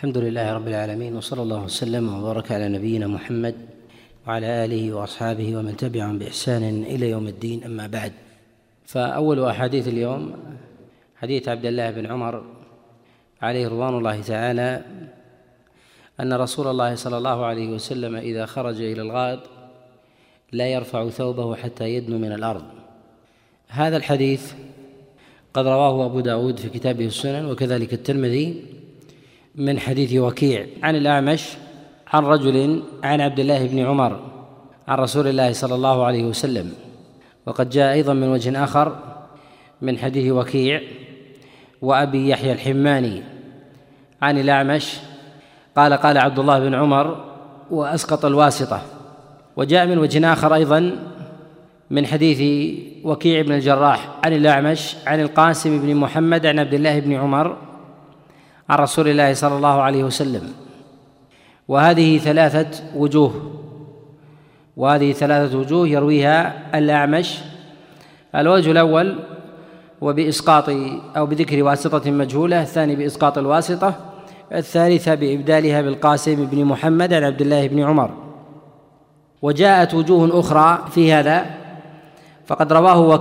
الحمد لله رب العالمين، وصلى الله وسلم وبارك على نبينا محمد وعلى آله وأصحابه ومن تبعهم بإحسان إلى يوم الدين. أما بعد، فأول أحاديث اليوم حديث عبد الله بن عمر عليه رضوان الله تعالى أن رسول الله صلى الله عليه وسلم إذا خرج إلى الغائط لا يرفع ثوبه حتى يدنو من الأرض. هذا الحديث قد رواه أبو داود في كتابه السنن، وكذلك الترمذي من حديث وكيع عن الأعمش عن رجل عن عبد الله بن عمر عن رسول الله صلى الله عليه وسلم. وقد جاء أيضا من وجه آخر من حديث وكيع وأبي يحيى الحماني عن الأعمش قال قال عبد الله بن عمر وأسقط الواسطة. وجاء من وجه آخر أيضا من حديث وكيع بن الجراح عن الأعمش عن القاسم بن محمد عن عبد الله بن عمر عن رسول الله صلى الله عليه وسلم. وهذه ثلاثة وجوه يرويها الأعمش. الوجه الأول وبإسقاط أو بذكر واسطة مجهولة، الثاني بإسقاط الواسطة، الثالثة بإبدالها بالقاسم بن محمد عن عبد الله بن عمر. وجاءت وجوه أخرى في هذا، فقد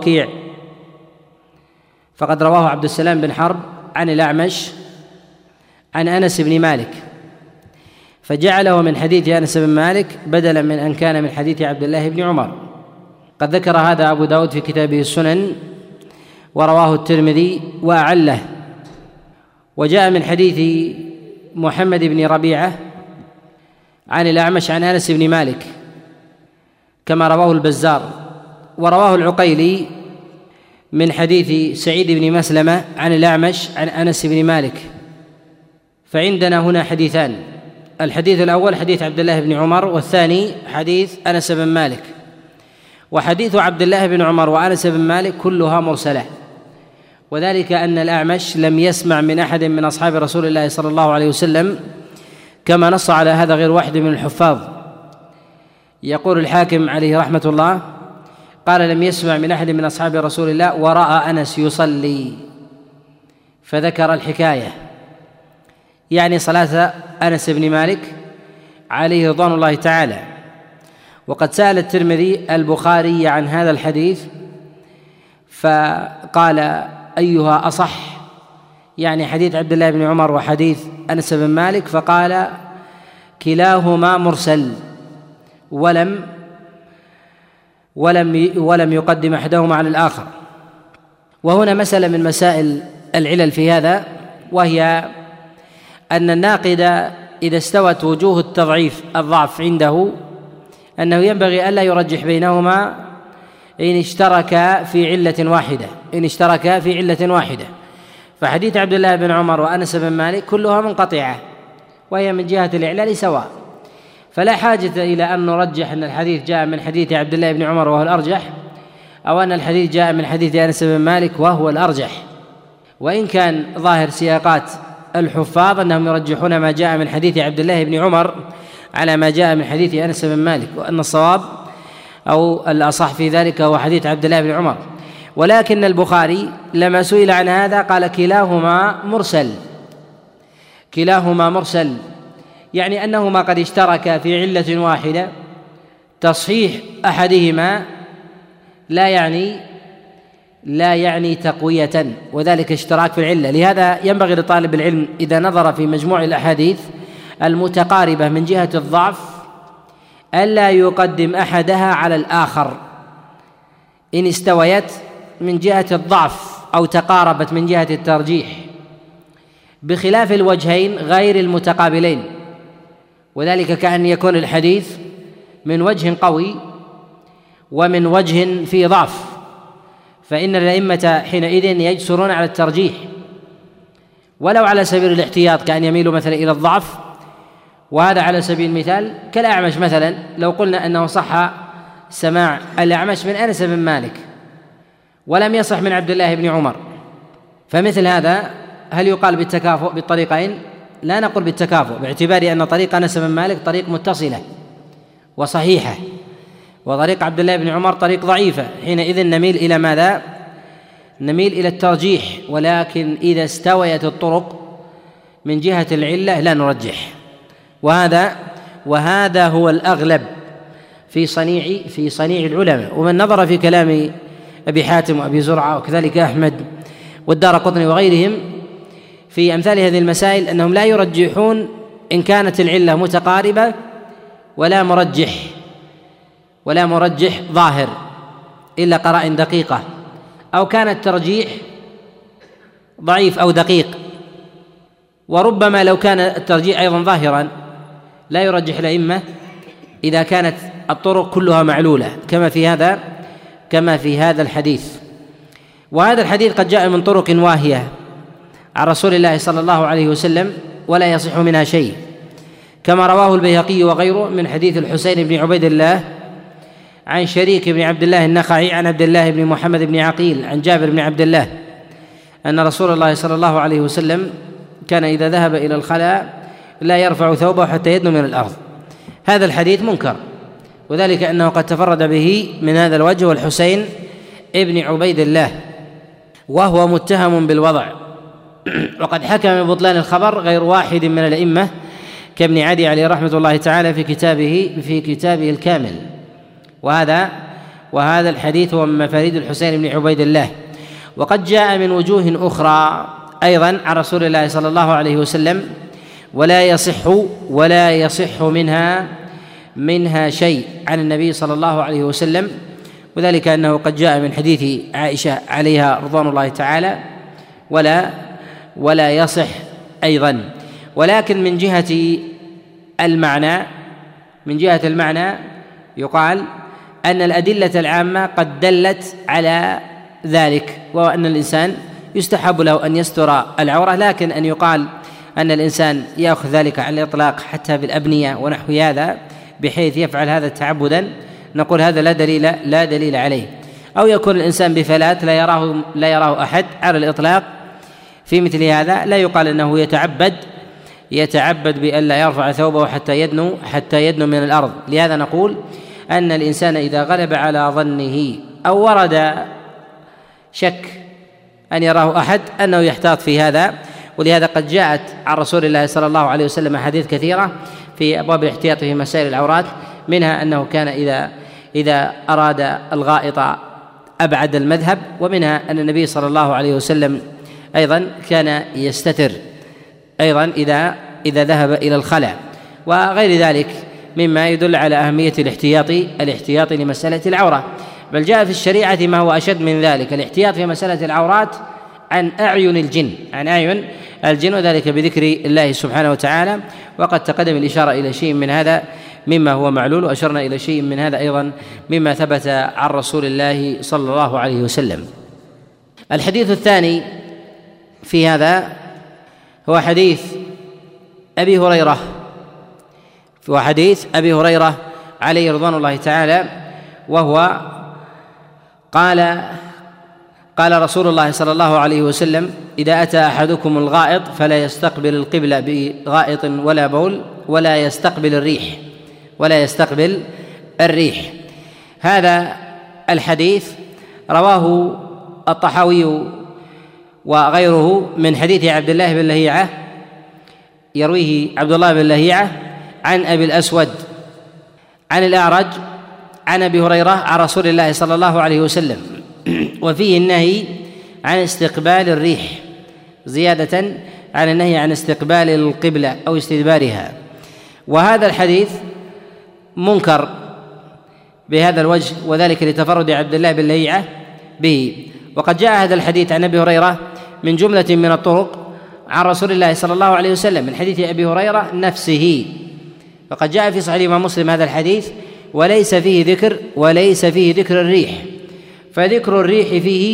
رواه عبد السلام بن حرب عن الأعمش عن أنس بن مالك، فجعله من حديث أنس بن مالك بدلا من أن كان من حديث عبد الله بن عمر. قد ذكر هذا أبو داود في كتابه السنن ورواه الترمذي وأعله. وجاء من حديث محمد بن ربيعة عن الأعمش عن أنس بن مالك كما رواه البزار. ورواه العقيلي من حديث سعيد بن مسلمة عن الأعمش عن أنس بن مالك. فعندنا هنا حديثان، الحديث الأول حديث عبد الله بن عمر، والثاني حديث أنس بن مالك. وحديث عبد الله بن عمر وأنس بن مالك كلها مرسلة، وذلك أن الأعمش لم يسمع من أحد من أصحاب رسول الله صلى الله عليه وسلم، كما نص على هذا غير واحد من الحفاظ. يقول الحاكم عليه رحمة الله قال لم يسمع من أحد من أصحاب رسول الله ورأى أنس يصلي، فذكر الحكاية، يعني صلاة أنس بن مالك عليه رضوان الله تعالى. وقد سأل الترمذي البخاري عن هذا الحديث فقال أيها أصح، يعني حديث عبد الله بن عمر وحديث أنس بن مالك، فقال كلاهما مرسل ولم يقدم أحدهما على الآخر. وهنا مسألة من مسائل العلل في هذا، وهي أن الناقد إذا استوت وجوه الضعف عنده أنه ينبغي ألا يرجح بينهما إن اشترك في علة واحدة. فحديث عبد الله بن عمر وأنس بن مالك كلها منقطعة، وهي من جهة الإعلال سواء، فلا حاجة إلى أن نرجح أن الحديث جاء من حديث عبد الله بن عمر وهو الأرجح، أو أن الحديث جاء من حديث أنس بن مالك وهو الأرجح. وإن كان ظاهر سياقات الحفاظ أنهم يرجحون ما جاء من حديث عبد الله بن عمر على ما جاء من حديث أنس بن مالك، وأن الصواب أو الأصح في ذلك هو حديث عبد الله بن عمر. ولكن البخاري لما سئل عن هذا قال كلاهما مرسل، يعني أنهما قد اشتركا في علة واحدة، تصحيح أحدهما لا يعني تقوية، وذلك اشتراك في العلة. لهذا ينبغي لطالب العلم إذا نظر في مجموع الأحاديث المتقاربة من جهة الضعف ألا يقدم أحدها على الآخر إن استويت من جهة الضعف أو تقاربت من جهة الترجيح، بخلاف الوجهين غير المتقابلين، وذلك كأن يكون الحديث من وجه قوي ومن وجه فيه ضعف، فإن الأئمة حينئذ يجسرون على الترجيح، ولو على سبيل الاحتياط كأن يميلوا مثلا إلى الضعف. وهذا على سبيل المثال كالأعمش مثلا، لو قلنا أنه صح سماع الأعمش من أنس بن مالك ولم يصح من عبد الله بن عمر، فمثل هذا هل يقال بالتكافؤ بالطريقين؟ لا نقول بالتكافؤ، باعتبار أن طريق أنس بن مالك طريق متصلة وصحيحة، وطريق عبد الله بن عمر طريق ضعيفة. حينئذ نميل إلى ماذا؟ نميل إلى الترجيح. ولكن إذا استويت الطرق من جهة العلة لا نرجح، وهذا هو الأغلب في صنيع العلماء. ومن نظر في كلام أبي حاتم وأبي زرعة وكذلك أحمد والدارقطني وغيرهم في أمثال هذه المسائل أنهم لا يرجحون إن كانت العلة متقاربة ولا مرجح ظاهر إلا قرائن دقيقة، أو كان الترجيح ضعيف أو دقيق. وربما لو كان الترجيح أيضا ظاهرا لا يرجح الأئمة إذا كانت الطرق كلها معلولة كما في هذا الحديث. وهذا الحديث قد جاء من طرق واهية عن رسول الله صلى الله عليه وسلم ولا يصح منها شيء، كما رواه البيهقي وغيره من حديث الحسين بن عبيد الله عن شريك بن عبد الله النخعي عن عبد الله بن محمد بن عقيل عن جابر بن عبد الله أن رسول الله صلى الله عليه وسلم كان إذا ذهب إلى الخلاء لا يرفع ثوبه حتى يدنو من الأرض. هذا الحديث منكر، وذلك أنه قد تفرد به من هذا الوجه والحسين ابن عبيد الله، وهو متهم بالوضع. وقد حكم ببطلان الخبر غير واحد من الأئمة كابن عدي عليه رحمة الله تعالى في كتابه الكامل. وهذا الحديث هو من مفاريد الحسين بن عبيد الله. وقد جاء من وجوه أخرى أيضا عن رسول الله صلى الله عليه وسلم ولا يصح منها شيء عن النبي صلى الله عليه وسلم، وذلك أنه قد جاء من حديث عائشة عليها رضوان الله تعالى ولا يصح أيضا. ولكن من جهة المعنى يقال أن الأدلة العامة قد دلت على ذلك، وهو أن الإنسان يستحب له أن يستر العورة، لكن أن يقال أن الإنسان يأخذ ذلك على الإطلاق حتى بالأبنية ونحو هذا بحيث يفعل هذا تعبدا، نقول هذا لا دليل عليه. أو يكون الإنسان بفلات لا يراه أحد على الإطلاق، في مثل هذا لا يقال أنه يتعبد بأن لا يرفع ثوبه حتى يدنو من الأرض. لهذا نقول أن الإنسان إذا غلب على ظنه أو ورد شك أن يراه أحد أنه يحتاط في هذا. ولهذا قد جاءت عن رسول الله صلى الله عليه وسلم أحاديث كثيرة في أبواب الاحتياط في مسائل العورات، منها أنه كان إذا أراد الغائط أبعد المذهب، ومنها أن النبي صلى الله عليه وسلم أيضا كان يستتر أيضا إذا ذهب إلى الخلاء، وغير ذلك مما يدل على أهمية الاحتياط لمسألة العورة. بل جاء في الشريعة ما هو أشد من ذلك، الاحتياط في مسألة العورات عن أعين الجن، وذلك بذكر الله سبحانه وتعالى. وقد تقدم الإشارة إلى شيء من هذا مما هو معلول، وأشرنا إلى شيء من هذا أيضا مما ثبت عن رسول الله صلى الله عليه وسلم. الحديث الثاني في هذا هو حديث أبي هريرة عليه رضوان الله تعالى، وهو قال رسول الله صلى الله عليه وسلم: إذا أتى أحدكم الغائط فلا يستقبل القبلة بغائط ولا بول ولا يستقبل الريح. هذا الحديث رواه الطحاوي وغيره من حديث عبد الله بن لهيعة، يرويه عبد الله بن لهيعة عن أبي الأسود عن الأعرج عن أبي هريرة عن رسول الله صلى الله عليه وسلم، وفيه النهي عن استقبال الريح، زيادة عن النهي عن استقبال القبلة أو استدبارها. وهذا الحديث منكر بهذا الوجه، وذلك لتفرد عبد الله بن لهيعة به. وقد جاء هذا الحديث عن أبي هريرة من جملة من الطرق عن رسول الله صلى الله عليه وسلم من حديث أبي هريرة نفسه. وقد جاء في صحيح الإمام مسلم هذا الحديث وليس فيه ذكر الريح، فذكر الريح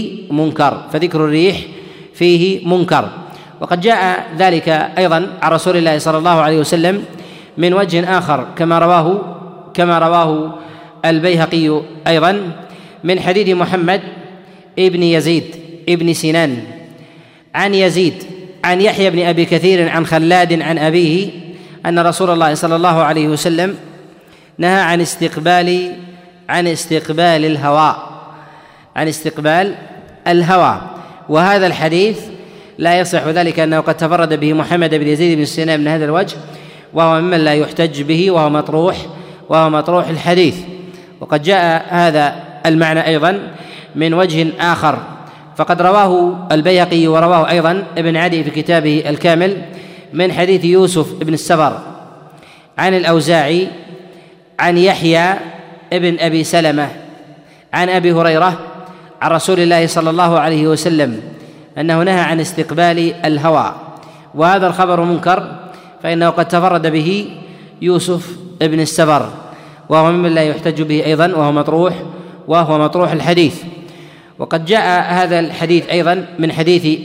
فيه منكر. وقد جاء ذلك أيضا عن رسول الله صلى الله عليه وسلم من وجه آخر كما رواه البيهقي أيضا من حديث محمد ابن يزيد ابن سنان عن يزيد عن يحيى بن أبي كثير عن خلاد عن أبيه أن رسول الله صلى الله عليه وسلم نهى عن استقبال الهواء. وهذا الحديث لا يصح، ذلك أنه قد تفرد به محمد بن يزيد بن سنان من هذا الوجه، وهو ممن لا يحتج به، وهو مطروح الحديث. وقد جاء هذا المعنى أيضا من وجه آخر، فقد رواه البيهقي ورواه أيضا ابن عدي في كتابه الكامل من حديث يوسف بن السبر عن الأوزاعي عن يحيى ابن أبي سلمة عن أبي هريرة عن رسول الله صلى الله عليه وسلم أنه نهى عن استقبال الهوى، وهذا الخبر منكر، فإنه قد تفرد به يوسف ابن السبر، وهو ممن لا يحتج به أيضا، وهو مطروح الحديث. وقد جاء هذا الحديث أيضا من حديث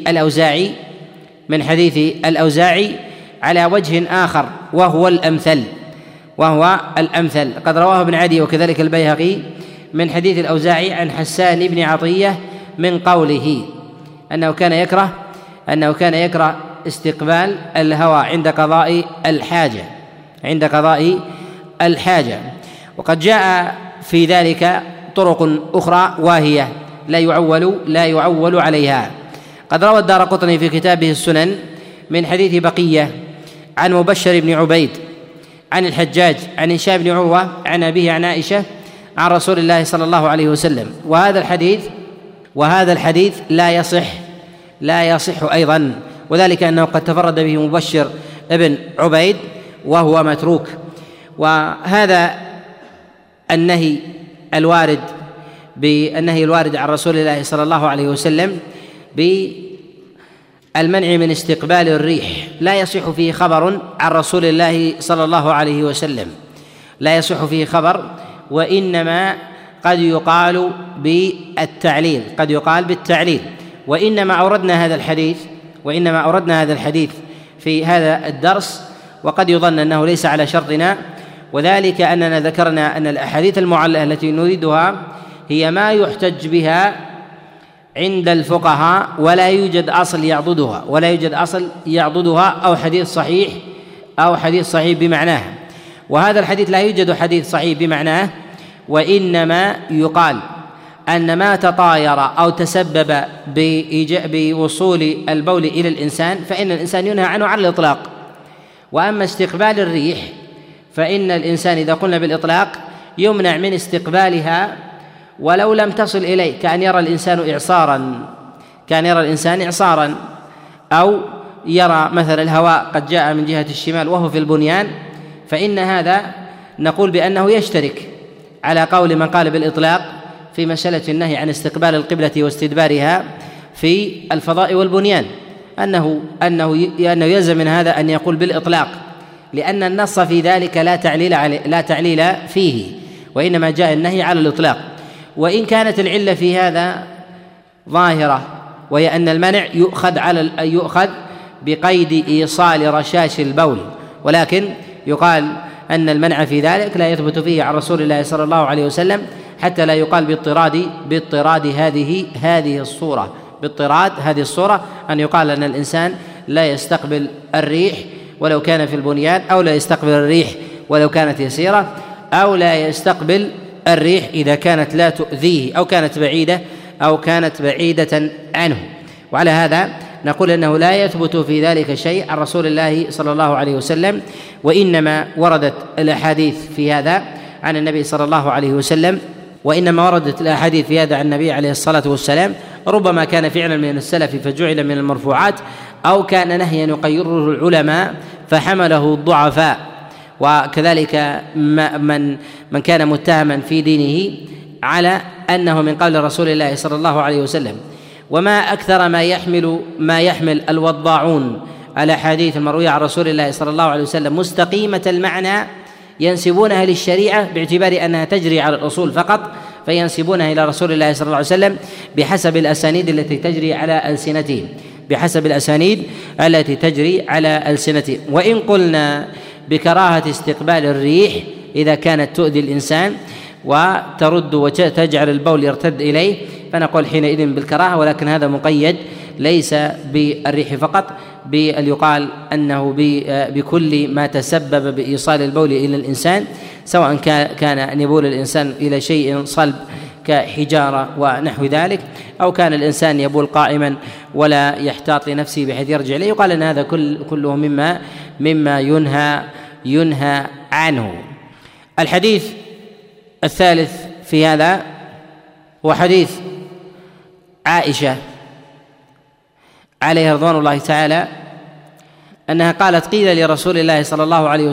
الأوزاعي على وجه آخر وهو الأمثل. قد رواه ابن عدي وكذلك البيهقي من حديث الأوزاعي عن حسان بن عطية من قوله أنه كان يكره استقبال الهوى عند قضاء الحاجة. وقد جاء في ذلك طرق أخرى واهية لا يعول عليها. قد روى الدارقطني في كتابه السنن من حديث بقية عن مبشر بن عبيد عن الحجاج عن هشام بن عروة عن أبيه عن عائشة عن رسول الله صلى الله عليه وسلم، وهذا الحديث لا يصح أيضا، وذلك أنه قد تفرد به مبشر ابن عبيد وهو متروك. وهذا النهي الوارد عن رسول الله صلى الله عليه وسلم بالمنع من استقبال الريح لا يصح فيه خبر عن رسول الله صلى الله عليه وسلم، لا يصح فيه خبر، وإنما قد يقال بالتعليل. وإنما أوردنا هذا الحديث في هذا الدرس، وقد يظن أنه ليس على شرطنا، وذلك أننا ذكرنا أن الأحاديث المعلقة التي نريدها هي ما يحتج بها عند الفقهاء ولا يوجد أصل يعضدها أو حديث صحيح بمعناه. وهذا الحديث لا يوجد حديث صحيح بمعناه، وإنما يقال أن ما تطاير أو تسبب بوصول البول إلى الإنسان فإن الإنسان ينهى عنه على الإطلاق. وأما استقبال الريح فإن الإنسان إذا قلنا بالإطلاق يمنع من استقبالها ولو لم تصل إليه، كأن يرى الإنسان إعصارا، أو يرى مثلا الهواء قد جاء من جهة الشمال وهو في البنيان، فإن هذا نقول بأنه يشترك على قول من قال بالإطلاق في مسألة النهي عن استقبال القبلة واستدبارها في الفضاء والبنيان، أنه يلزم من هذا أن يقول بالإطلاق، لأن النص في ذلك لا تعليل فيه، وإنما جاء النهي على الإطلاق. وإن كانت العلة في هذا ظاهرة، وهي أن المنع يؤخذ بقيد إيصال رشاش البول، ولكن يقال أن المنع في ذلك لا يثبت فيه عن رسول الله صلى الله عليه وسلم، حتى لا يقال باضطراد هذه الصورة أن يقال أن الإنسان لا يستقبل الريح ولو كان في البنيان، أو لا يستقبل الريح ولو كانت يسيرة، أو لا يستقبل الريح إذا كانت لا تؤذيه أو كانت بعيدة عنه. وعلى هذا نقول أنه لا يثبت في ذلك شيء عن رسول الله صلى الله عليه وسلم، وإنما وردت الأحاديث في هذا عن النبي صلى الله عليه وسلم، وإنما وردت الأحاديث في هذا عن النبي عليه الصلاة والسلام، ربما كان فعلا من السلف فجعل من المرفوعات، أو كان نهيا يقرره العلماء فحمله الضعفاء. وكذلك من كان متهما في دينه على أنه من قول رسول الله صلى الله عليه وسلم. وما أكثر ما يحمل الوضاعون على حديث المروية عن رسول الله صلى الله عليه وسلم مستقيمة المعنى ينسبونها للشريعة باعتبار أنها تجري على الأصول فقط، فينسبونها إلى رسول الله صلى الله عليه وسلم بحسب الأسانيد التي تجري على ألسنتهم. وإن قلنا بكراهة استقبال الريح إذا كانت تؤذي الإنسان وترد وتجعل البول يرتد إليه، فنقول حينئذ بالكراهة، ولكن هذا مقيد ليس بالريح فقط، بل يقال أنه بكل ما تسبب بإيصال البول إلى الإنسان، سواء كان نبول الإنسان إلى شيء صلب كحجارة ونحو ذلك، أو كان الإنسان يبول قائما ولا يحتاط لنفسه بحيث يرجع إليه، يقال أن هذا كله مما ينهى عنه. الحديث الثالث في هذا هو حديث عائشة عليها رضوان الله تعالى أنها قالت: قيل لرسول الله صلى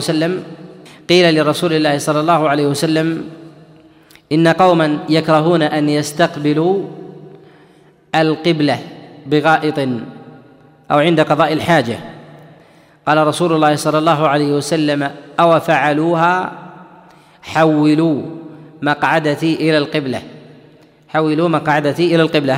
الله عليه وسلم إن قوما يكرهون أن يستقبلوا القبلة بغائط أو عند قضاء الحاجة. قال رسول الله صلى الله عليه وسلم: أو فعلوها حولوا مقعدتي إلى القبلة.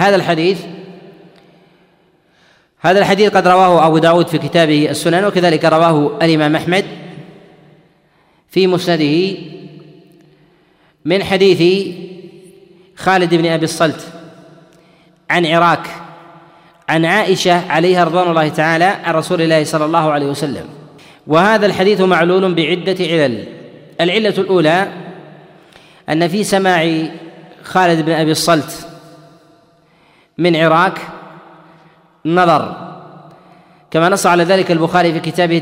هذا الحديث قد رواه أبو داود في كتابه السنن، وكذلك رواه الإمام أحمد في مسنده من حديث خالد بن أبي الصلت عن عراك عن عائشة عليها رضوان الله تعالى عن رسول الله صلى الله عليه وسلم. وهذا الحديث معلول بعدة علل. العلة الأولى أن في سماع خالد بن أبي الصلت من عراك نظر، كما نص على ذلك البخاري في كتابه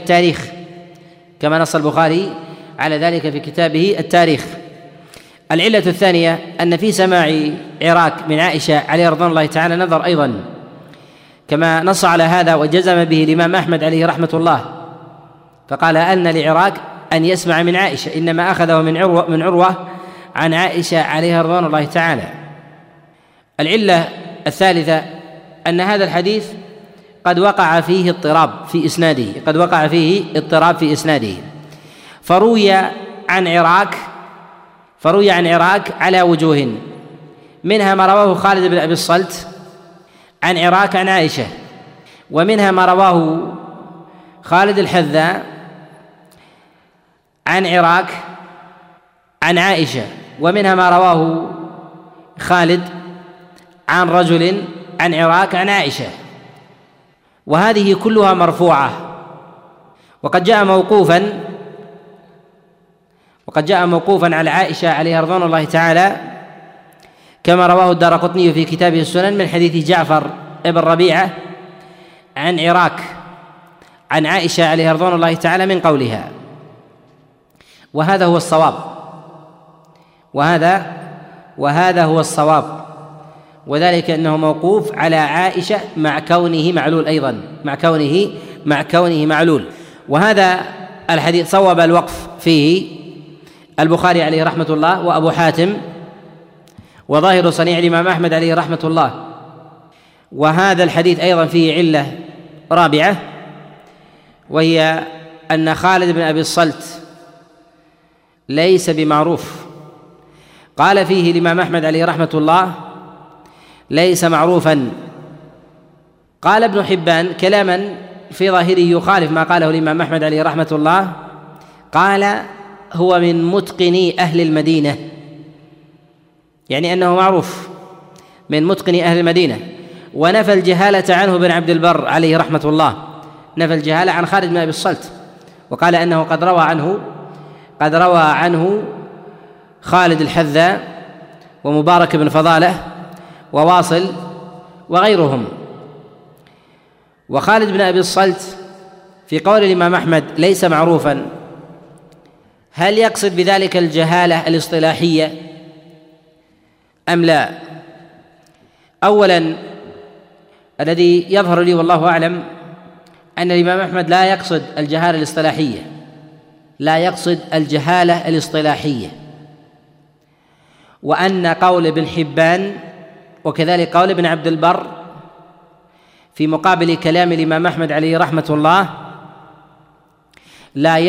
التاريخ. العلة الثانية أن في سماع عراك من عائشة عليه رضوان الله تعالى نظر أيضا، كما نص على هذا وجزم به الإمام أحمد عليه رحمة الله، فقال أن لعراك أن يسمع من عائشة، إنما أخذه من عروة عن عائشة عليها رضوان الله تعالى. العلة الثالثة أن هذا الحديث قد وقع فيه اضطراب في إسناده، فروي عن عراك على وجوه، منها ما رواه خالد بن أبي الصلت عن عراك عن عائشة، ومنها ما رواه خالد الحذاء عن عراك عن عائشة، ومنها ما رواه خالد عن رجل عن عراك عن عائشة، وهذه كلها مرفوعة. وقد جاء موقوفا على عائشة عليها رضوان الله تعالى، كما رواه الدارقطني في كتابه السنن من حديث جعفر ابن ربيعة عن عراك عن عائشة عليها رضوان الله تعالى من قولها، وهذا هو الصواب، وذلك أنه موقوف على عائشة مع كونه معلول. وهذا الحديث صوب الوقف فيه البخاري عليه رحمة الله وأبو حاتم، وظاهر صنيع الإمام أحمد عليه رحمة الله. وهذا الحديث أيضا فيه علة رابعة، وهي أن خالد بن أبي الصلت ليس بمعروف. قال فيه الإمام أحمد عليه رحمة الله: ليس معروفا. قال ابن حبان كلاما في ظاهره يخالف ما قاله الإمام أحمد عليه رحمة الله، قال: هو من متقني أهل المدينة، يعني أنه معروف من متقني أهل المدينة. ونفى الجهالة عنه ابن عبد البر عليه رحمة الله، نفى الجهالة عن خالد بن أبي الصلت، وقال أنه قد روى عنه خالد الحذاء ومبارك بن فضالة وواصل وغيرهم. وخالد بن أبي الصلت في قول الإمام أحمد ليس معروفا، هل يقصد بذلك الجهالة الاصطلاحية أم لا؟ أولا، الذي يظهر لي والله أعلم أن الإمام أحمد لا يقصد الجهالة الاصطلاحية، وأن قول ابن حبان وكذلك قول ابن عبد البر في مقابل كلام الإمام أحمد عليه رحمة الله لا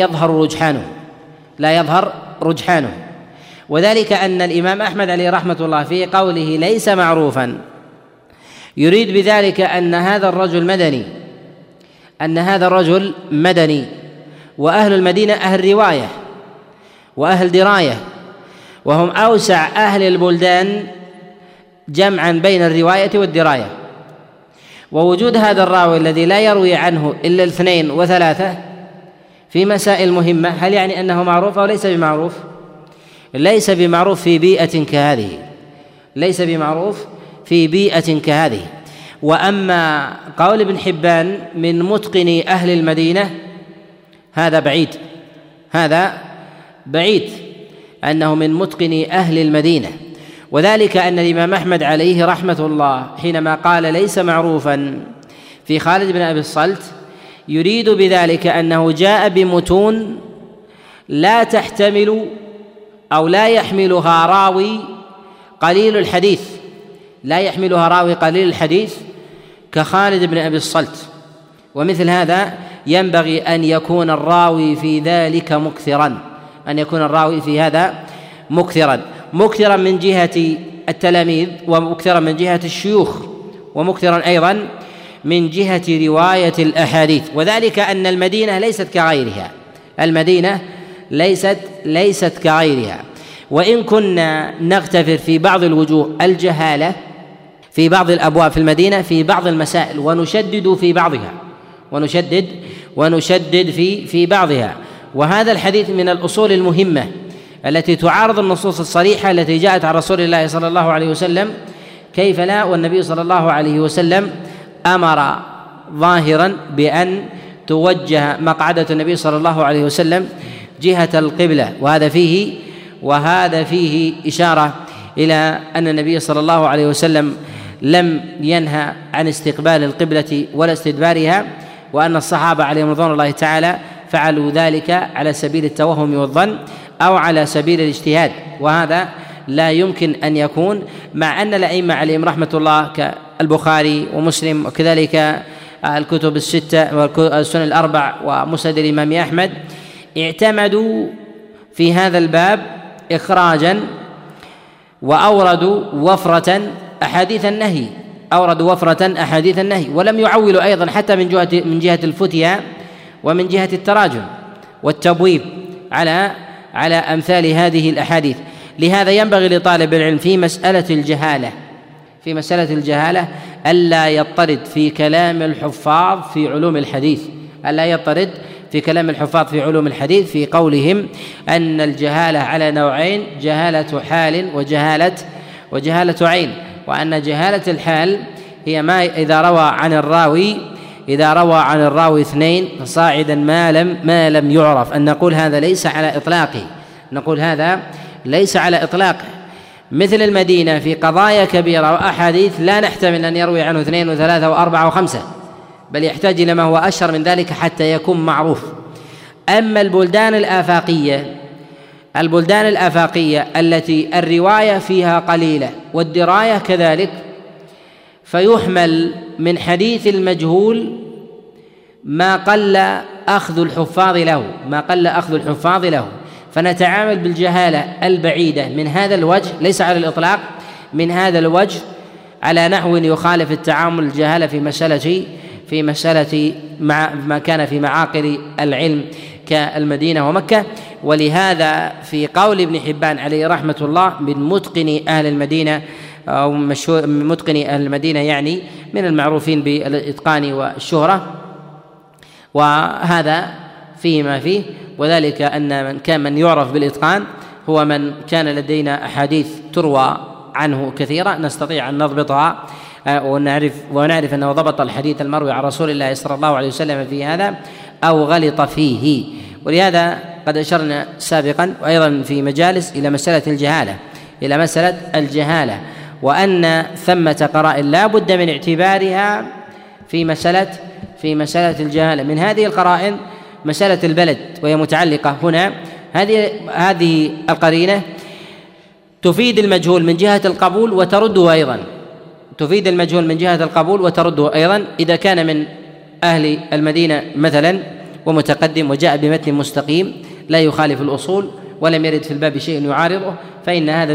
يظهر رجحانه، وذلك أن الإمام أحمد عليه رحمة الله في قوله ليس معروفا يريد بذلك أن هذا الرجل مدني، وأهل المدينة أهل رواية وأهل دراية، وهم أوسع أهل البلدان جمعا بين الرواية والدراية. ووجود هذا الراوي الذي لا يروي عنه إلا 2 و3 في مسائل مهمة، هل يعني أنه معروف أو ليس بمعروف؟ ليس بمعروف في بيئة كهذه، وأما قول ابن حبان من متقن أهل المدينة هذا بعيد أنه من متقن أهل المدينة، وذلك أن الإمام أحمد عليه رحمة الله حينما قال ليس معروفا في خالد بن أبي الصلت يريد بذلك أنه جاء بمتون لا تحتمل أو لا يحملها راوي قليل الحديث كخالد بن أبي الصلت، ومثل هذا ينبغي أن يكون الراوي في ذلك مكثرا من جهة التلاميذ، ومكثرا من جهة الشيوخ، ومكثرا أيضا من جهة رواية الأحاديث. وذلك أن المدينة ليست كغيرها، وإن كنا نغتفر في بعض الوجوه الجهالة في بعض الأبواب في المدينة في بعض المسائل ونشدد في بعضها. وهذا الحديث من الأصول المهمة التي تعارض النصوص الصريحة التي جاءت عن رسول الله صلى الله عليه وسلم، كيف لا، والنبي صلى الله عليه وسلم أمر ظاهرا بأن توجه مقعدة النبي صلى الله عليه وسلم جهة القبلة، وهذا فيه إشارة إلى أن النبي صلى الله عليه وسلم لم ينهى عن استقبال القبلة ولا استدبارها، وأن الصحابة عليهم رضوان الله تعالى فعلوا ذلك على سبيل التوهم والظن أو على سبيل الاجتهاد، وهذا لا يمكن أن يكون، مع أن الأئمة عليهم رحمة الله كالبخاري ومسلم وكذلك الكتب الستة والسنن الأربع ومسند الإمام أحمد اعتمدوا في هذا الباب إخراجا وأوردوا وفرة أحاديث النهي، ولم يعولوا أيضا حتى من جهة الفتيا ومن جهة التراجم والتبويب على أمثال هذه الأحاديث. لهذا ينبغي لطالب العلم في مسألة الجهالة ألا يضطرد في كلام الحفاظ في علوم الحديث في قولهم أن الجهالة على نوعين: جهالة حال وجهالة عين، وأن جهالة الحال هي ما إذا روى عن الراوي اثنين فصاعدا ما لم يعرف، أن نقول هذا ليس على إطلاقه، مثل المدينة في قضايا كبيرة وأحاديث لا نحتمل أن يروي عنه 2 و3 و4 و5، بل يحتاج إلى ما هو أشهر من ذلك حتى يكون معروف. أما البلدان الآفاقية التي الرواية فيها قليلة والدراية كذلك، فيحمل من حديث المجهول ما قل أخذ الحفاظ له، فنتعامل بالجهالة البعيدة من هذا الوجه ليس على الإطلاق، من هذا الوجه على نحو يخالف التعامل الجهالة في مسألة ما كان في معاقل العلم كالمدينة ومكة. ولهذا في قول ابن حبان عليه رحمة الله من متقن أهل المدينة أو مشهور من متقن أهل المدينة، يعني من المعروفين بالإتقان والشهرة، وهذا فيه ما فيه، وذلك أن من يعرف بالإتقان هو من كان لدينا أحاديث تروى عنه كثيرة نستطيع أن نضبطها ونعرف أنه ضبط الحديث المروي عن رسول الله صلى الله عليه وسلم في هذا أو غلط فيه. ولهذا قد أشرنا سابقا وأيضا في مجالس إلى مسألة الجهالة، وأن ثمة قرائن لا بد من اعتبارها في مسألة الجهالة. من هذه القرائن مسألة البلد، وهي متعلقة هنا، هذه القرينة تفيد المجهول من جهة القبول وترده أيضا إذا كان من أهل المدينة مثلا ومتقدم وجاء بمتن مستقيم لا يخالف الأصول ولم يرد في الباب شيء يعارضه، فإن هذا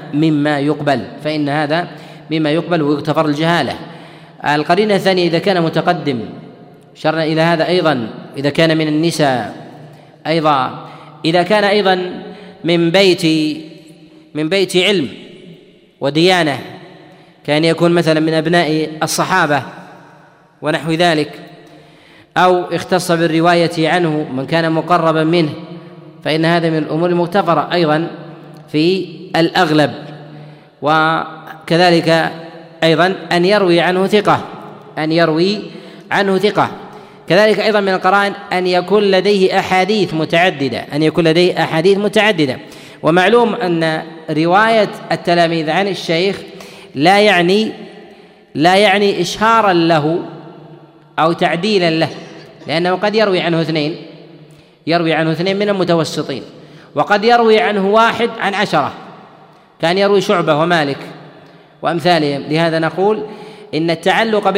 مما يقبل ويغتفر الجهالة. القرينة الثانية إذا كان متقدم، شرنا إلى هذا أيضا إذا كان من النساء، أيضا إذا كان أيضا من بيت علم وديانة، كان يكون مثلا من أبناء الصحابة ونحو ذلك، أو اختص بالرواية عنه من كان مقربا منه، فإن هذا من الأمور المغتفرة أيضا في الأغلب. وكذلك أيضا أن يروي عنه ثقة. كذلك أيضا من القرائن أن يكون لديه أحاديث متعددة. ومعلوم أن رواية التلاميذ عن الشيخ لا يعني إشهارا له أو تعديلا له، لأنه قد يروي عنه اثنين من المتوسطين، وقد يروي عنه واحد عن 10، كان يروي شعبة ومالك وأمثالهم. لهذا نقول إن التعلق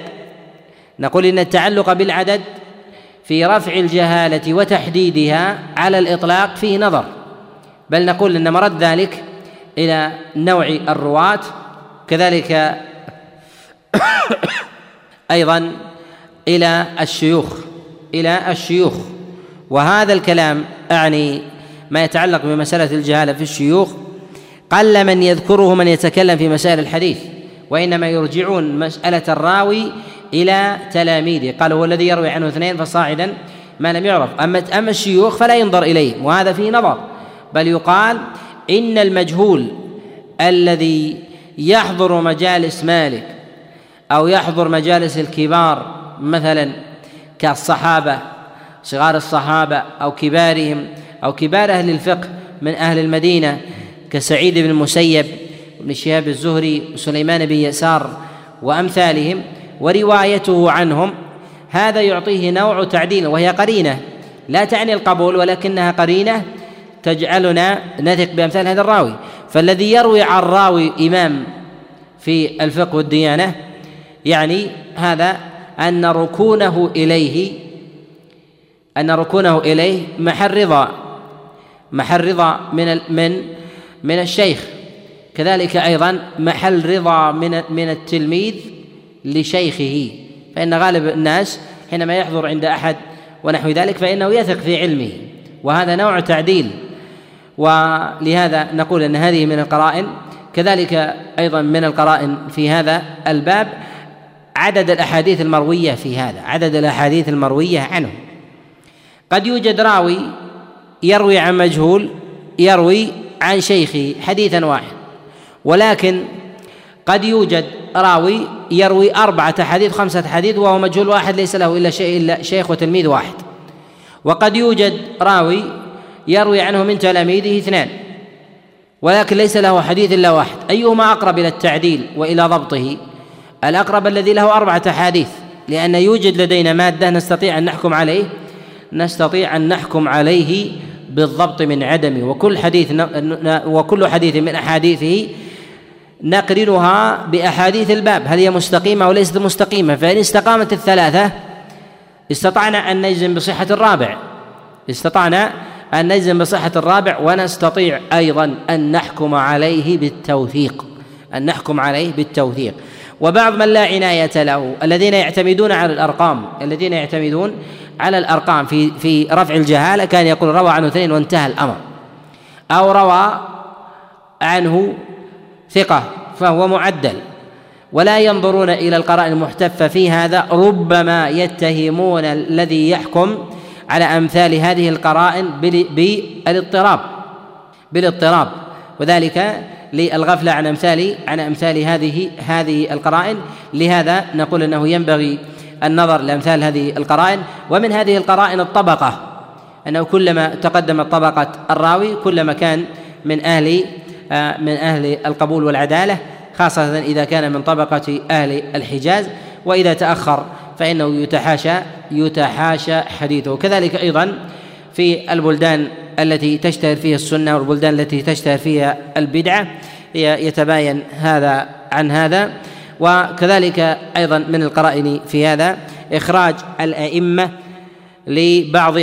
بالعدد في رفع الجهالة وتحديدها على الإطلاق فيه نظر، بل نقول إن مرد ذلك إلى نوع الرواة، كذلك أيضا إلى الشيوخ. وهذا الكلام أعني ما يتعلق بمسألة الجهالة في الشيوخ قل من يذكره من يتكلم في مسائل الحديث، وإنما يرجعون مسألة الراوي إلى تلاميذه، قالوا هو الذي يروي عنه 2 فصاعدا ما لم يعرف. أما الشيوخ فلا ينظر إليه، وهذا فيه نظر، بل يقال إن المجهول الذي يحضر مجالس مالك أو يحضر مجالس الكبار مثلا كالصحابة، صغار الصحابة أو كبارهم أو كبار أهل الفقه من أهل المدينة كسعيد بن المسيب وابن شهاب الزهري وسليمان بن يسار وأمثالهم، وروايته عنهم، هذا يعطيه نوع تعديل، وهي قرينة لا تعني القبول، ولكنها قرينة تجعلنا نثق بأمثال هذا الراوي. فالذي يروي عن راوي إمام في الفقه والديانة يعني هذا أن ركونه إليه محل رضا من الشيخ، كذلك أيضا محل رضا من التلميذ لشيخه. فإن غالب الناس حينما يحضر عند أحد ونحو ذلك فإنه يثق في علمه، وهذا نوع تعديل. ولهذا نقول أن هذه من القرائن. كذلك أيضا من القرائن في هذا الباب عدد الأحاديث المروية عنه. قد يوجد راوي يروي عن مجهول يروي عن شيخه حديثا واحد، ولكن قد يوجد راوي يروي 4 أحاديث 5 أحاديث وهو مجهول واحد ليس له إلا شيخ وتلميذ واحد. وقد يوجد راوي يروي عنه من تلاميذه 2 ولكن ليس له حديث إلا واحد. أيهما أقرب إلى التعديل وإلى ضبطه؟ الأقرب الذي له 4 أحاديث، لأن يوجد لدينا مادة نستطيع أن نحكم عليه بالضبط من عدمه، وكل حديث من أحاديثه نقرنها بأحاديث الباب، هل هي مستقيمة أو ليست مستقيمة؟ فإن استقامت الثلاثة استطعنا أن نجزم بصحة الرابع، ونستطيع أيضا أن نحكم عليه بالتوثيق. وبعض من لا عناية له الذين يعتمدون على الأرقام في رفع الجهالة، كان يقول روى عنه 2 وانتهى الأمر، أو روى عنه ثقة فهو معدل، ولا ينظرون إلى القرائن المحتفة في هذا. ربما يتهمون الذي يحكم على أمثال هذه القرائن بالاضطراب، وذلك للغفلة عن أمثال هذه القرائن. لهذا نقول أنه ينبغي النظر لأمثال هذه القرائن. ومن هذه القرائن الطبقة، أنه كلما تقدمت طبقة الراوي كلما كان من أهل القبول والعدالة، خاصة إذا كان من طبقة أهل الحجاز، وإذا تأخر فإنه يتحاشى حديثه. كذلك أيضا في البلدان التي تشتهر فيها السنة والبلدان التي تشتهر فيها البدعة يتباين هذا عن هذا. وكذلك أيضا من القرائن في هذا إخراج الأئمة لبعض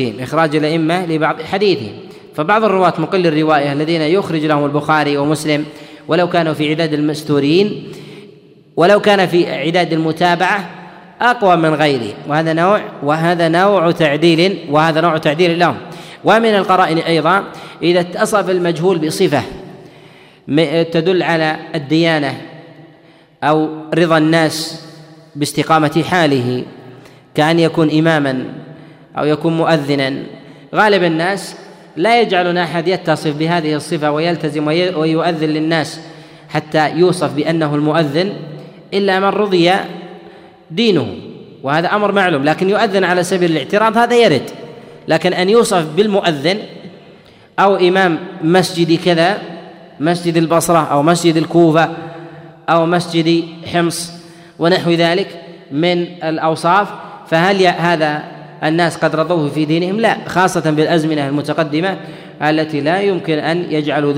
حديثهم، فبعض الرواة مقل الرواية الذين يخرج لهم البخاري ومسلم ولو كانوا في عداد المستورين، ولو كان في عداد المتابعة أقوى من غيره، وهذا نوع تعديل لهم. ومن القرائن أيضا إذا اتصف المجهول بصفة تدل على الديانة أو رضا الناس باستقامة حاله، كأن يكون إماما أو يكون مؤذنا. غالب الناس لا يجعلون أحد يتصف بهذه الصفة ويلتزم ويؤذن للناس حتى يوصف بأنه المؤذن إلا من رضي دينه، وهذا أمر معلوم، لكن يؤذن على سبيل الاعتراض هذا يرد. لكن أن يوصف بالمؤذن أو إمام مسجد كذا، مسجد البصرة أو مسجد الكوفة أو مسجد حمص ونحو ذلك من الأوصاف، فهل هذا الناس قد رضوه في دينهم؟ لا، خاصة بالأزمنة المتقدمة التي لا يمكن أن يجعلوا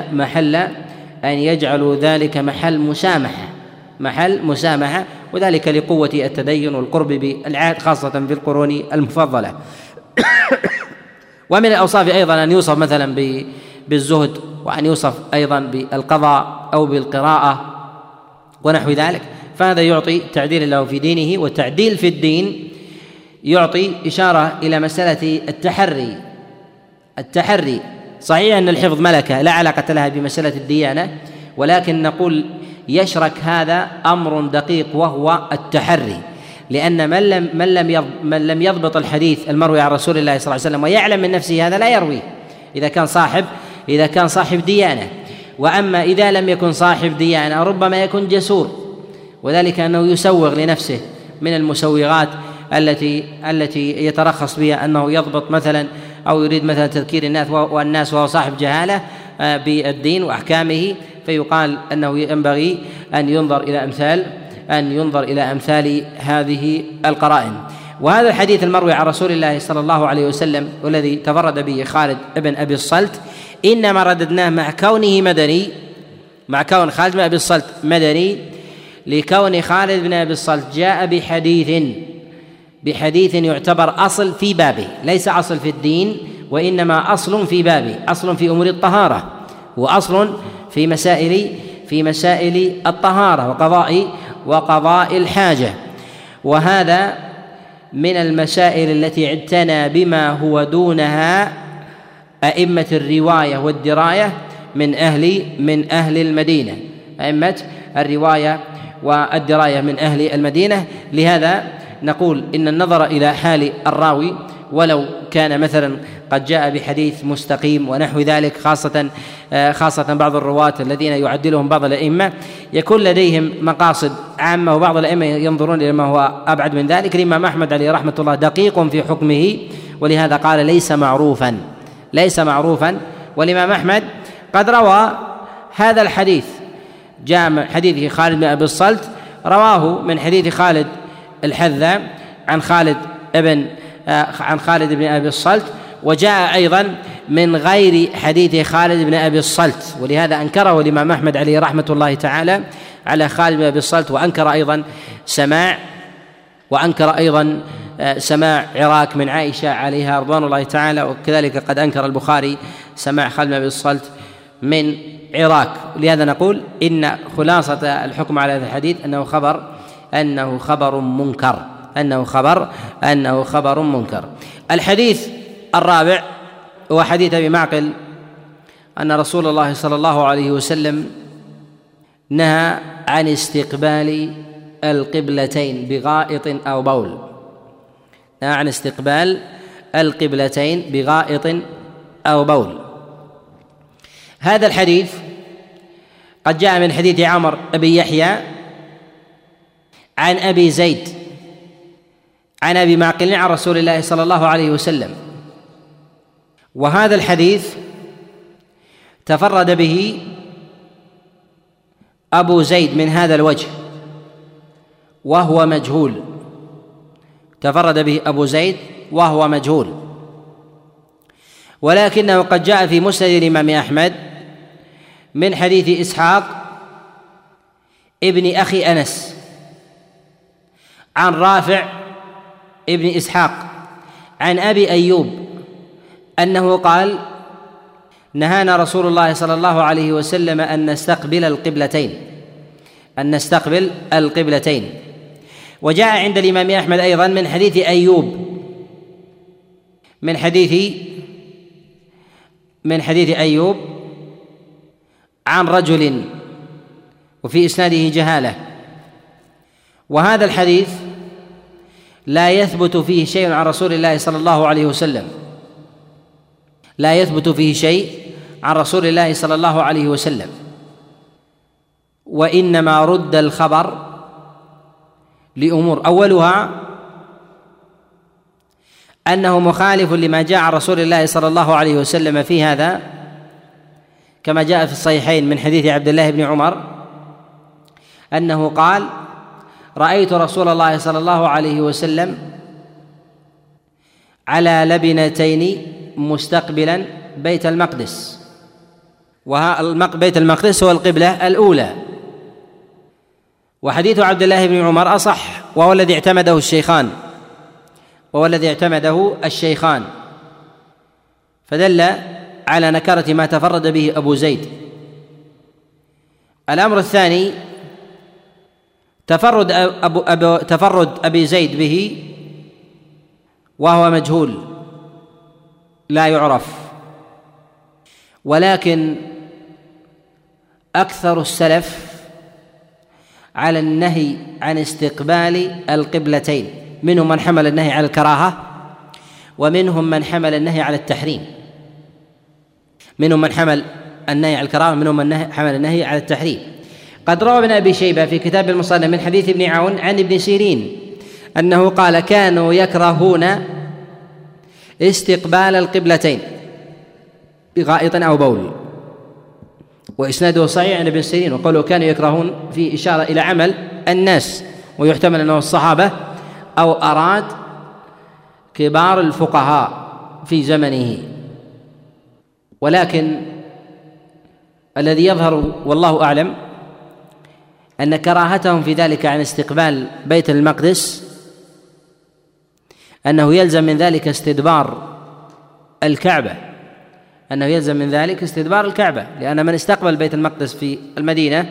ذلك محل مسامحة، وذلك لقوة التدين والقرب بالعهد خاصة في القرون المفضلة. ومن الأوصاف أيضا أن يوصف مثلا بالزهد، وأن يوصف أيضا بالقضاء أو بالقراءة ونحو ذلك، فهذا يعطي تعديل له في دينه. والتعديل في الدين يعطي إشارة إلى مسألة التحري. صحيح أن الحفظ ملكة لا علاقة لها بمسألة الديانة، ولكن نقول يشرك هذا أمر دقيق وهو التحري، لأن من لم يضبط الحديث المروي عن رسول الله صلى الله عليه وسلم ويعلم من نفسه هذا لا يرويه إذا كان صاحب ديانة. وأما إذا لم يكن صاحب ديانة ربما يكون جسور، وذلك أنه يسوغ لنفسه من المسوغات التي يترخص بها أنه يضبط مثلا أو يريد مثلا تذكير الناس وهو صاحب جهالة بالدين وأحكامه، فيقال أنه ينبغي أن ينظر إلى أمثال هذه القرائن. وهذا الحديث المروي عن رسول الله صلى الله عليه وسلم والذي تفرد به خالد بن أبي الصلت إنما رددناه مع كون خالد بن أبي الصلت مدني، لكون خالد بن أبي الصلت جاء بحديث يعتبر أصل في بابه، ليس أصل في الدين وإنما أصل في بابه، أصل في أمور الطهارة، وأصل في مسائل الطهارة وقضاء الحاجة. وهذا من المسائل التي اعتنى بما هو دونها أئمة الرواية والدراية من أهل المدينة، أئمة الرواية والدراية من أهل المدينة. لهذا نقول إن النظر إلى حال الراوي ولو كان مثلا قد جاء بحديث مستقيم ونحو ذلك، خاصة بعض الرواة الذين يعدلهم بعض الأئمة يكون لديهم مقاصد عامة، وبعض الأئمة ينظرون إلى ما هو أبعد من ذلك. الإمام أحمد عليه رحمة الله دقيق في حكمه، ولهذا قال ليس معروفا. والإمام أحمد قد روى هذا الحديث، جاء من حديث خالد بن أبي الصلت، رواه من حديث خالد الحذاء عن خالد بن أبي الصلت، وجاء أيضا من غير حديث خالد بن أبي الصلت، ولهذا أنكره الإمام أحمد عليه رحمة الله تعالى على خالد بن أبي الصلت، وأنكر أيضا سماع عراك من عائشة عليها رضوان الله تعالى، وكذلك قد أنكر البخاري سماع خالد بن أبي الصلت من عراك. لهذا نقول إن خلاصة الحكم على هذا الحديث أنه خبر منكر. الحديث الرابع هو حديث أبي معقل أن رسول الله صلى الله عليه وسلم نهى عن استقبال القبلتين بغائط أو بول، نهى عن استقبال القبلتين بغائط أو بول. هذا الحديث قد جاء من حديث عمرو بن يحيى عن أبي زيد عن أبي معقل عن رسول الله صلى الله عليه وسلم، وهذا الحديث تفرد به أبو زيد من هذا الوجه وهو مجهول، تفرد به أبو زيد وهو مجهول، ولكنه قد جاء في مسند الإمام أحمد من حديث إسحاق ابن أخي أنس عن رافع ابن إسحاق عن أبي أيوب أنه قال: نهانا رسول الله صلى الله عليه وسلم أن نستقبل القبلتين. وجاء عند الإمام أحمد أيضا من حديث أيوب من حديث أيوب عن رجل وفي إسناده جهالة، وهذا الحديث لا يثبت فيه شيء عن رسول الله صلى الله عليه وسلم، لا يثبت فيه شيء عن رسول الله صلى الله عليه وسلم. وإنما رد الخبر لأمور، أولها أنه مخالف لما جاء عن رسول الله صلى الله عليه وسلم في هذا، كما جاء في الصحيحين من حديث عبد الله بن عمر أنه قال: رأيت رسول الله صلى الله عليه وسلم على لبنتين مستقبلا بيت المقدس، وبيت المقدس هو القبلة الأولى. وحديث عبد الله بن عمر أصح، وهو الذي اعتمده الشيخان، فدل على نكارة ما تفرد به أبو زيد. الأمر الثاني تفرد أبي زيد به، وهو مجهول لا يعرف، ولكن أكثر السلف على النهي عن استقبال القبلتين، منهم من حمل النهي على الكراهة، ومنهم من حمل النهي على التحريم. منهم من حمل النهي على الكراهة، ومنهم من حمل النهي على التحريم. قد روى ابن أبي شيبة في كتاب المصنف من حديث ابن عون عن ابن سيرين أنه قال: كانوا يكرهون استقبال القبلتين بغائط أو بول، وإسناده صحيح عن ابن سيرين. وقالوا كانوا يكرهون في إشارة إلى عمل الناس، ويحتمل أنه الصحابة أو أراد كبار الفقهاء في زمنه. ولكن الذي يظهر والله أعلم أن كراهتهم في ذلك عن استقبال بيت المقدس أنه يلزم من ذلك استدبار الكعبة، لأن من استقبل بيت المقدس في المدينة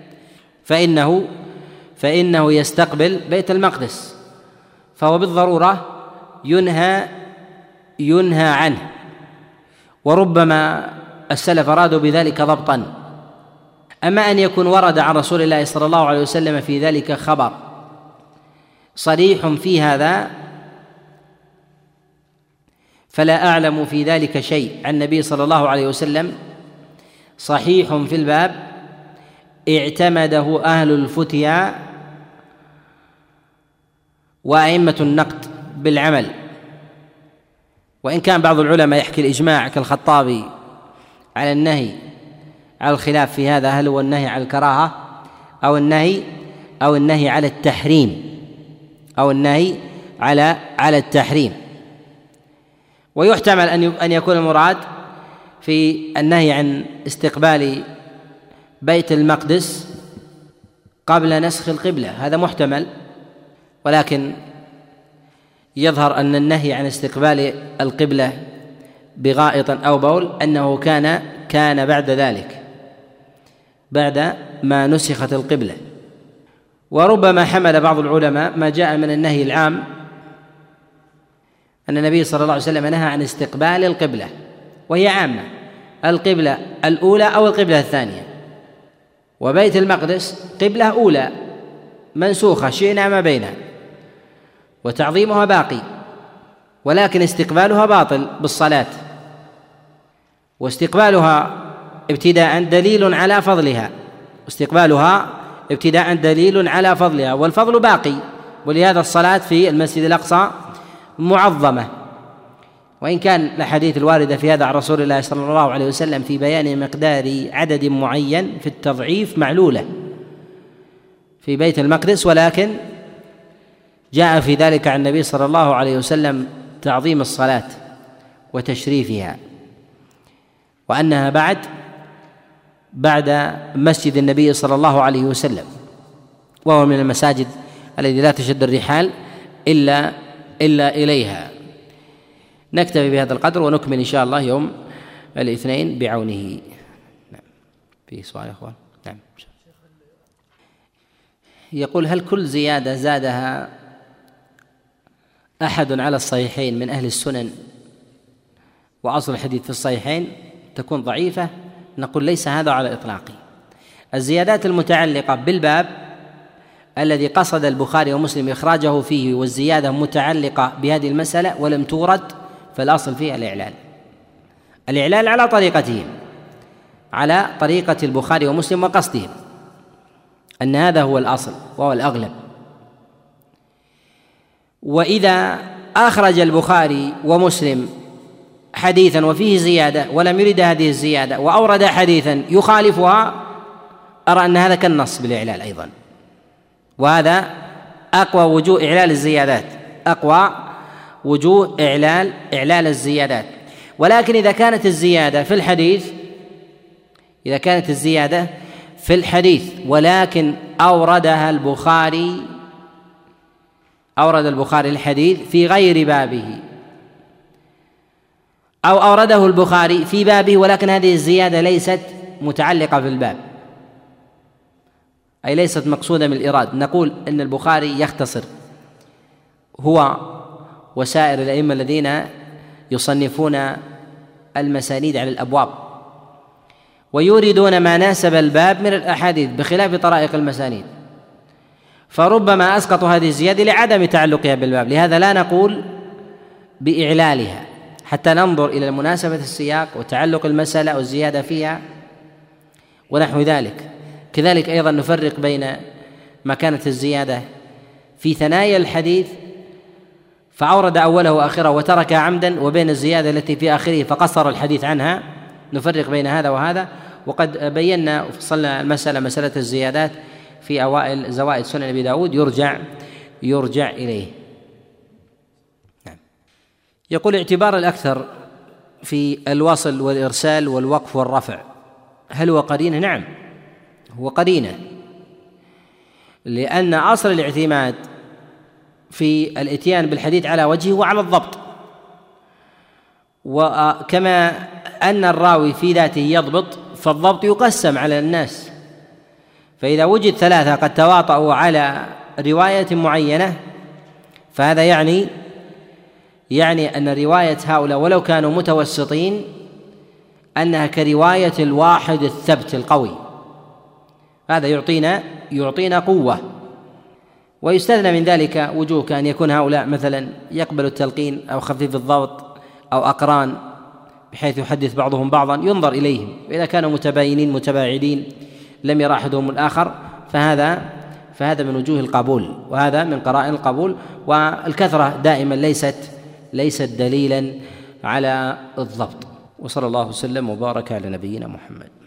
فإنه يستقبل بيت المقدس، فهو بالضرورة ينهى عنه. وربما السلف أرادوا بذلك ضبطا. أما أن يكون ورد عن رسول الله صلى الله عليه وسلم في ذلك خبر صريح في هذا، فلا أعلم في ذلك شيء عن النبي صلى الله عليه وسلم صحيح في الباب اعتمده أهل الفتيا وأئمة النقد بالعمل. وإن كان بعض العلماء يحكي الإجماع كالخطابي على النهي، على الخلاف في هذا، هل هو النهي على الكراهة أو النهي على التحريم، ويحتمل أن يكون المراد في النهي عن استقبال بيت المقدس قبل نسخ القبلة، هذا محتمل. ولكن يظهر أن النهي عن استقبال القبلة بغائط أو بول أنه كان بعد ذلك، بعد ما نسخت القبلة. وربما حمل بعض العلماء ما جاء من النهي العام أن النبي صلى الله عليه وسلم نهى عن استقبال القبلة، وهي عامة، القبلة الأولى أو القبلة الثانية. وبيت المقدس قبلة أولى منسوخة شئنا ما بينها، وتعظيمها باقي، ولكن استقبالها باطل بالصلاة، واستقبالها ابتداء دليل على فضلها، والفضل باقي. ولهذا الصلاة في المسجد الأقصى معظمة، وإن كان الأحاديث الواردة في هذا عن رسول الله صلى الله عليه وسلم في بيان مقدار عدد معين في التضعيف معلولة في بيت المقدس، ولكن جاء في ذلك عن النبي صلى الله عليه وسلم تعظيم الصلاة وتشريفها، وأنها بعد مسجد النبي صلى الله عليه وسلم، وهو من المساجد التي لا تشد الرحال إلا إليها. نكتفي بهذا القدر ونكمل إن شاء الله يوم الاثنين بعونه. نعم. في سؤال يا أخوان؟ نعم. يقول: هل كل زيادة زادها أحد على الصحيحين من أهل السنن وأصل الحديث في الصحيحين تكون ضعيفة؟ نقول ليس هذا على إطلاقه. الزيادات المتعلقة بالباب الذي قصد البخاري ومسلم إخراجه فيه والزيادة متعلقة بهذه المسألة ولم تورد، فالأصل فيها الإعلال على طريقتهم، على طريقة البخاري ومسلم وقصدهم. أن هذا هو الأصل وهو الأغلب. وإذا أخرج البخاري ومسلم حديثا وفيه زيادة ولم يرد هذه الزيادة وأورد حديثا يخالفها، أرى أن هذا كالنص بالإعلال أيضا، وهذا أقوى وجوه إعلال الزيادات، أقوى وجوه إعلال الزيادات. ولكن إذا كانت الزيادة في الحديث ولكن أورد البخاري الحديث في غير بابه، أو أورده البخاري في بابه ولكن هذه الزيادة ليست متعلقة في الباب، أي ليست مقصودة من الإرادة، نقول إن البخاري يختصر هو وسائر الأئمة الذين يصنفون المسانيد على الأبواب ويوردون ما ناسب الباب من الأحاديث بخلاف طرائق المسانيد، فربما أسقطوا هذه الزيادة لعدم تعلقها بالباب. لهذا لا نقول بإعلالها حتى ننظر إلى مناسبة السياق وتعلق المسألة والزيادة فيها ونحو ذلك. كذلك أيضا نفرق بين ما كانت الزيادة في ثنايا الحديث فأورد أوله وآخره وترك عمدا، وبين الزيادة التي في آخره فقصر الحديث عنها، نفرق بين هذا وهذا. وقد بينا وفصلنا مسألة الزيادات في أوائل زوائد سنن أبي داود يرجع إليه. نعم. يقول: اعتبار الأكثر في الوصل والإرسال والوقف والرفع هل هو قرينة؟ نعم، هو قرينة، لأن أصل الاعتماد في الإتيان بالحديث على وجهه وعلى الضبط، وكما أن الراوي في ذاته يضبط فالضبط يقسم على الناس، فإذا وجد ثلاثة قد تواطؤوا على رواية معينة فهذا يعني أن رواية هؤلاء ولو كانوا متوسطين أنها كرواية الواحد الثبت القوي، هذا يعطينا قوة. ويستثنى من ذلك وجوه، كأن يكون هؤلاء مثلا يقبل التلقين أو خفيف الضبط أو أقران بحيث يحدث بعضهم بعضا، ينظر إليهم، وإذا كانوا متباينين متباعدين لم يرى أحدهم الآخر فهذا من وجوه القبول، وهذا من قرائن القبول. والكثرة دائما ليست دليلا على الضبط. وصلى الله وسلم وبارك على نبينا محمد.